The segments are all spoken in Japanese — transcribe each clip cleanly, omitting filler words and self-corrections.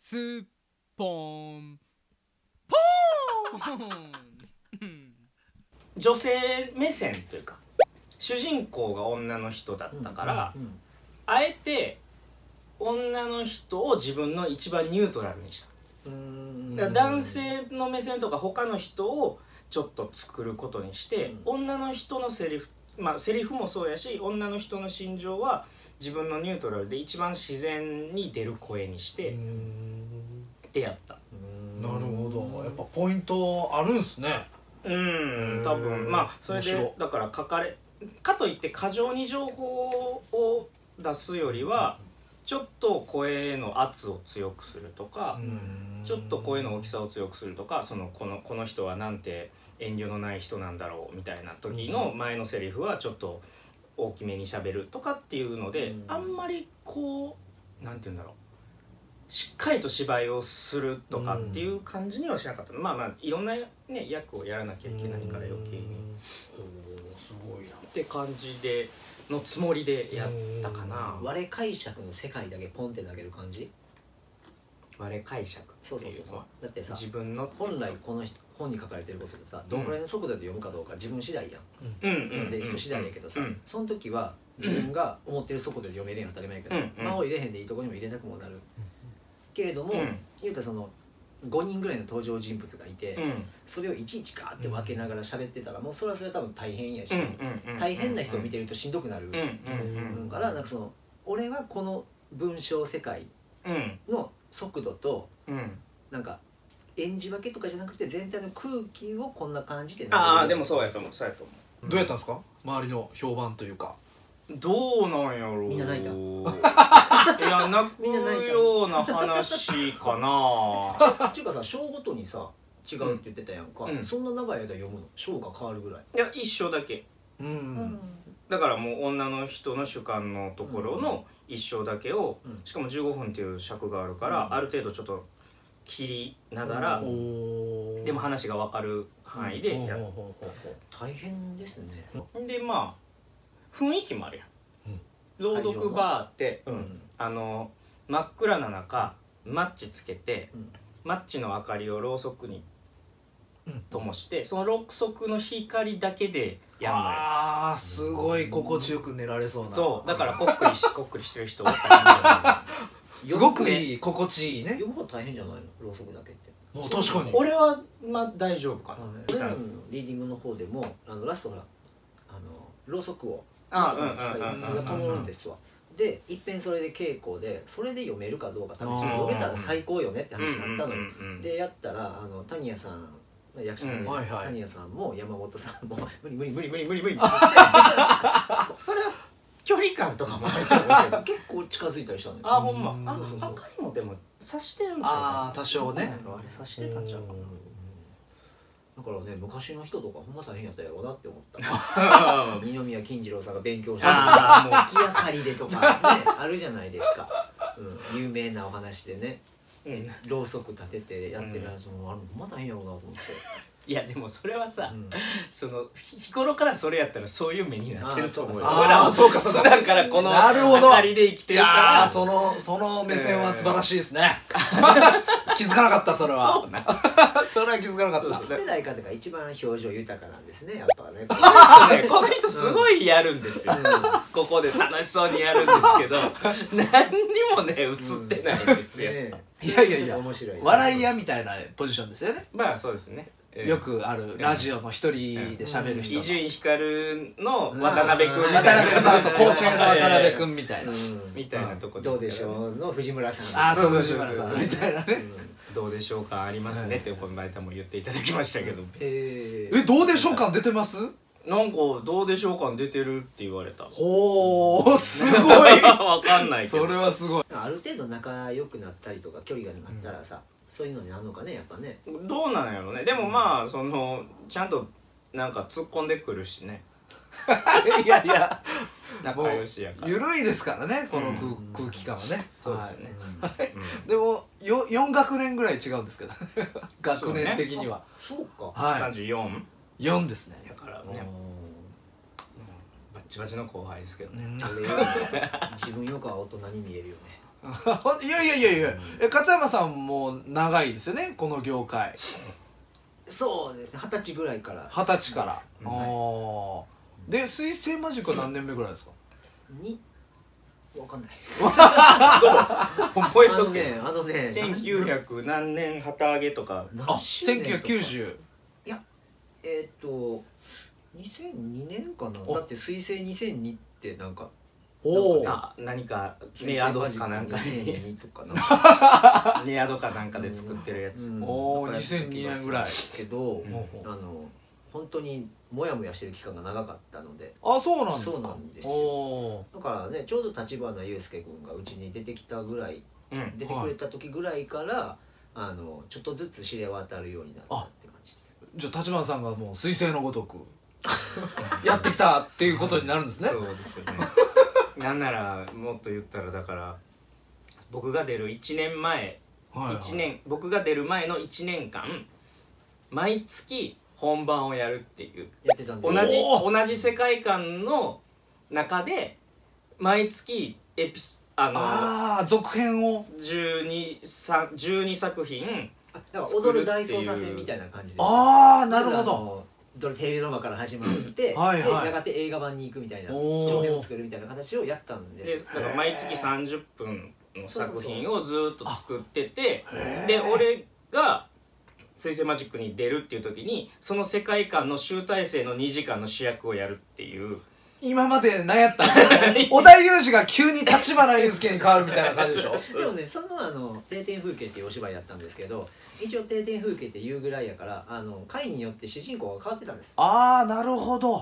スッポンポーン女性目線というか主人公が女の人だったから、あえて女の人を自分の一番ニュートラルにした。だから男性の目線とか他の人をちょっと作ることにして、女の人のセリフ、セリフもそうやし、女の人の心情は自分のニュートラルで一番自然に出る声にしてってやった。 なるほど。やっぱポイントあるんすね。 多分それでだから書かれかといって過剰に情報を出すよりはちょっと声の圧を強くするとか、ちょっと声の大きさを強くするとか、この人はなんて遠慮のない人なんだろうみたいな時の前のセリフはちょっと大きめに喋るとかっていうので、あんまりこうなんて言うんだろう、しっかりと芝居をするとかっていう感じにはしなかった。いろんなね役をやらなきゃいけないから余計にすごいなって感じでのつもりでやったかな。 我解釈の世界だけポンって投げる感じ。 我解釈っていうのはだってさ、 自分の本来この本に書かれてることでさ、どのくらいの速度で読むかどうか自分次第やん。で人次第やけどさ、その時は自分が思ってる速度で読めるんや当たり前やけど、間を入れへんでいいとこにも入れたくもなるけれども、言うたらその5人ぐらいの登場人物がいて、それをいちいちガーって分けながら喋ってたら、もうそれは多分大変やし、大変な人を見てるとしんどくなるからなんかその俺はこの文章世界の速度となんか演じ分けとかじゃなくて全体の空気をこんな感じで。 でもそうやと思う。そうやと思う。 どうやったんですか、周りの評判というか。 どうなんやろう。 みんな泣いた。 いや泣くような話かな。 っていうかさ、章ごとにさ違うって言ってたやんか、そんな長い間読むの？章が変わるぐらい？ いや一章だけ。だからもう女の人の主観のところの一章だけを、しかも15分っていう尺があるから、ある程度ちょっと切りながら、でも話が分かる範囲でやる。 大変ですね。 で雰囲気もあるやん。朗読バーって真っ暗な中マッチつけて、マッチの明かりをろうそくに灯して、そのろうそくの光だけでやんのよ。 すごい心地よく寝られそうな。 そうだからこっくりしてる人多かった。 すごくいい、心地いいね。 読む方大変じゃないの？ろうそくだけって。 確かに俺は大丈夫かな。 俺らのリーディングの方でもラストがろうそくをが灯るんですわ。でいっぺんそれで稽古でそれで読めるかどうか試して読めたら最高よねって話になったのよ。でやったら谷谷さん役者さんで谷谷さんも山本さんも無理それは距離感とかもあると思うけど結構近づいたりしたのよ。 ほんま。明かりもでも察してるんちゃうか。 多少ね。 あれ察してたんちゃうかな。 だからね、昔の人とかほんま大変やったやろうなって思った二宮金次郎さんが勉強して月明かりでとかねあるじゃないですか、有名なお話でね、ろうそく立ててやってる話もあるのほんま大変やろうなと思って。 いやでもそれはさ、その日頃からそれやったらそういう目になってると思うよ。 そうか普段からこの明かりで生きてるから。 その目線は素晴らしいですね。気づかなかった。それはそうなそれは気づかなかった。 世代方が一番表情豊かなんですね、やっぱね。 この人すごいやるんですよ。ここで楽しそうにやるんですけど何にもね映ってないんですよ。 いや面白い。 笑い屋みたいなポジションですよね。 そうですね。 よくあるラジオの一人で喋る人。 伊集院光の渡辺君みたいな。 構成の渡辺君みたいなみたいなとこですから。 どうでしょうの藤村さん。 そう藤村さんみたいなね。 どうでしょうかありますねってこの間も言っていただきましたけど。 どうでしょうか出てます？ なんかどうでしょうか出てるって言われた。 ほーすごい。 わかんないけど。 それはすごい。 ある程度仲良くなったりとか距離がなったらさ、そういうのになるのかね、やっぱね。 どうなんやろね。でもちゃんとなんか突っ込んでくるしね。 いや仲良しやから。 ゆるいですからね、この空気感はね。 そうですね。 でも4学年ぐらい違うんですけど学年的には。 そうか。 34？ 4ですね。 だからね。バッチバチの後輩ですけどね。 自分よくは大人に見えるよね。 いやいやいやいや、勝山さんも長いですよねこの業界。 そうですね、20歳ぐらいから。 20歳から。で水星マジックは何年目ぐらいですか？ わかんない。 そう覚えとけ。1900何年旗揚げとか。 1990。 いや2002年かな。だって水星2002ってなんか何かネアドかなんか 2002とかネアドかなんかで作ってるやつ。 2002年ぐらいけど、本当にモヤモヤしてる期間が長かったので。 そうなんですか。 そうなんですよ。だからね、ちょうど橘祐介君がうちに出てきたぐらい、出てくれた時ぐらいからちょっとずつ知れ渡るようになったって感じです。 じゃあ橘さんがもう彗星のごとくやってきたっていうことになるんですね。 そうですよね。なんならもっと言ったらだから僕が出る1年前、僕が出る前の1年間毎月本番をやるっていうやってたんです。 同じ世界観の中で毎月続編を 12作品だから踊る大捜査線みたいな感じで。 なるほど。 テレビドラマから始まってでやがて映画版に行くみたいな長編を作るみたいな形をやったんです。 だから毎月30分の作品をずっと作ってて、で俺が水星マジックに出るっていう時にその世界観の集大成の2時間の主役をやるっていう。 今まで何やった織田裕二が急に橘祐介に変わるみたいな感じでしょ。 でもね、その定点風景っていうお芝居やったんですけど、一応定点風景っていうぐらいやから回によって主人公が変わってたんです。 なるほど。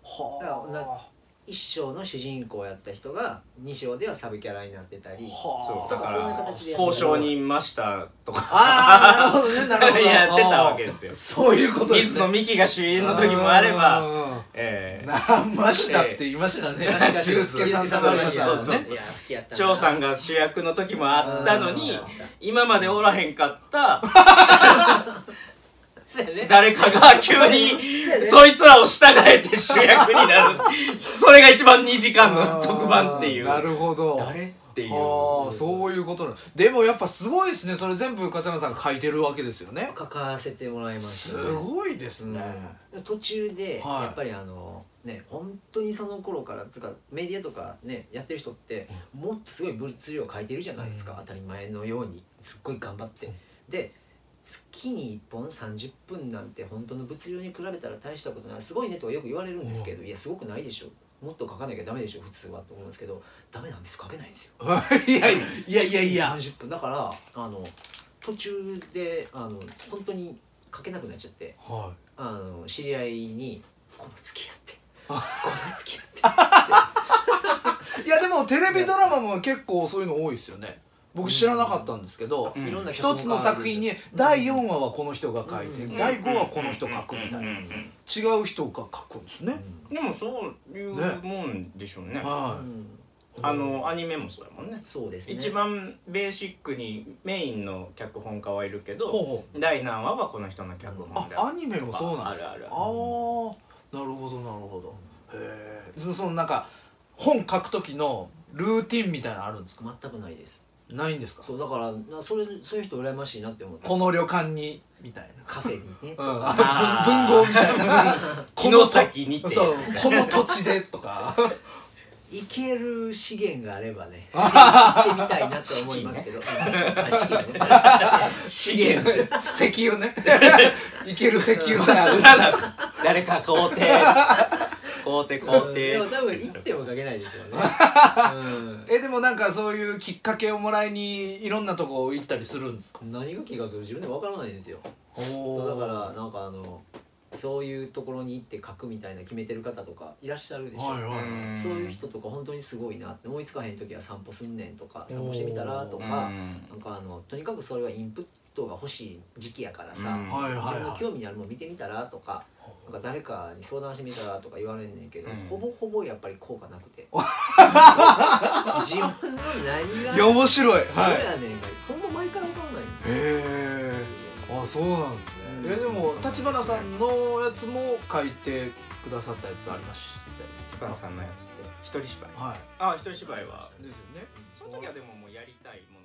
1章の主人公やった人が2章ではサブキャラになってたり、 だかそういう形でら交渉にいましたとかなるほどね、なるほど。 やってたわけですよ。 そういうことですね。 水野美紀が主演の時もあればましたって言いましたね。修介さんとか長さんが主役の時もあったのに今までおらへんかった誰かが急にそいつらを従えて主役になる。それが一番2時間の特番っていう。 なるほど。 誰っていう。 そういうことなんでもやっぱすごいですね。それ全部勝山さんが書いてるわけですよね。 書かせてもらいました。 すごいですね。 途中でやっぱり本当にその頃からメディアとかねやってる人ってもっとすごい物量書いてるじゃないですか。当たり前のようにすっごい頑張ってで月に1本30分なんて本当の物量に比べたら大したことない、すごいねとはよく言われるんですけど、いやすごくないでしょ、もっと書かなきゃダメでしょ普通はと思うんですけど、ダメなんです、書けないんですよ。 いや 30分だから途中で本当に書けなくなっちゃって、知り合いにこの付き合ってこの付き合っていやでもテレビドラマも結構そういうの多いですよね。僕知らなかったんですけど、一つの作品に第4話はこの人が書いて、第5話この人書くみたいな、違う人が書くんですね。 でもそういうもんでしょうね。アニメもそうやもんね。 そうですね。 一番ベーシックにメインの脚本家はいるけど、第何話はこの人の脚本でアニメもそうなんですか。なるほどなるほど。へえ。そのなんか本書く時のルーティンみたいなのあるんですか？ 全くないです。 ないんですか？ そうだからそういう人羨ましいなって思って。 この旅館にみたいなカフェにね、 文豪みたいな城崎にてこの土地でとか行ける資源があればね行ってみたいなと思いますけど、 資源石油ね行ける石油さえある誰か買うてでも多分行っても書けないでしょうね。 でもなんかそういうきっかけをもらいにいろんなとこ行ったりするんですか？ 何がきっかけ自分で分からないんですよ。だからなんかそういうところに行って書くみたいな決めてる方とかいらっしゃるでしょ。そういう人とか本当にすごいなって、思いつかへん時は散歩すんねんとか、散歩してみたらとか、なんかとにかくそれはインプットが欲しい時期やからさ、自分の興味にあるもの見てみたらとか、なんか誰かに相談してみたらとか言われんねんけど、ほぼほぼやっぱり効果なくて自分の何がいや面白い。 そうやねんがほんま毎回分かんないんですよ。 へえ。そうなんですね。でも橘さんのやつも書いてくださったやつありましたよね。 橘さんのやつって一人芝居。 一人芝居はですよね。 の時はでももうやりたいも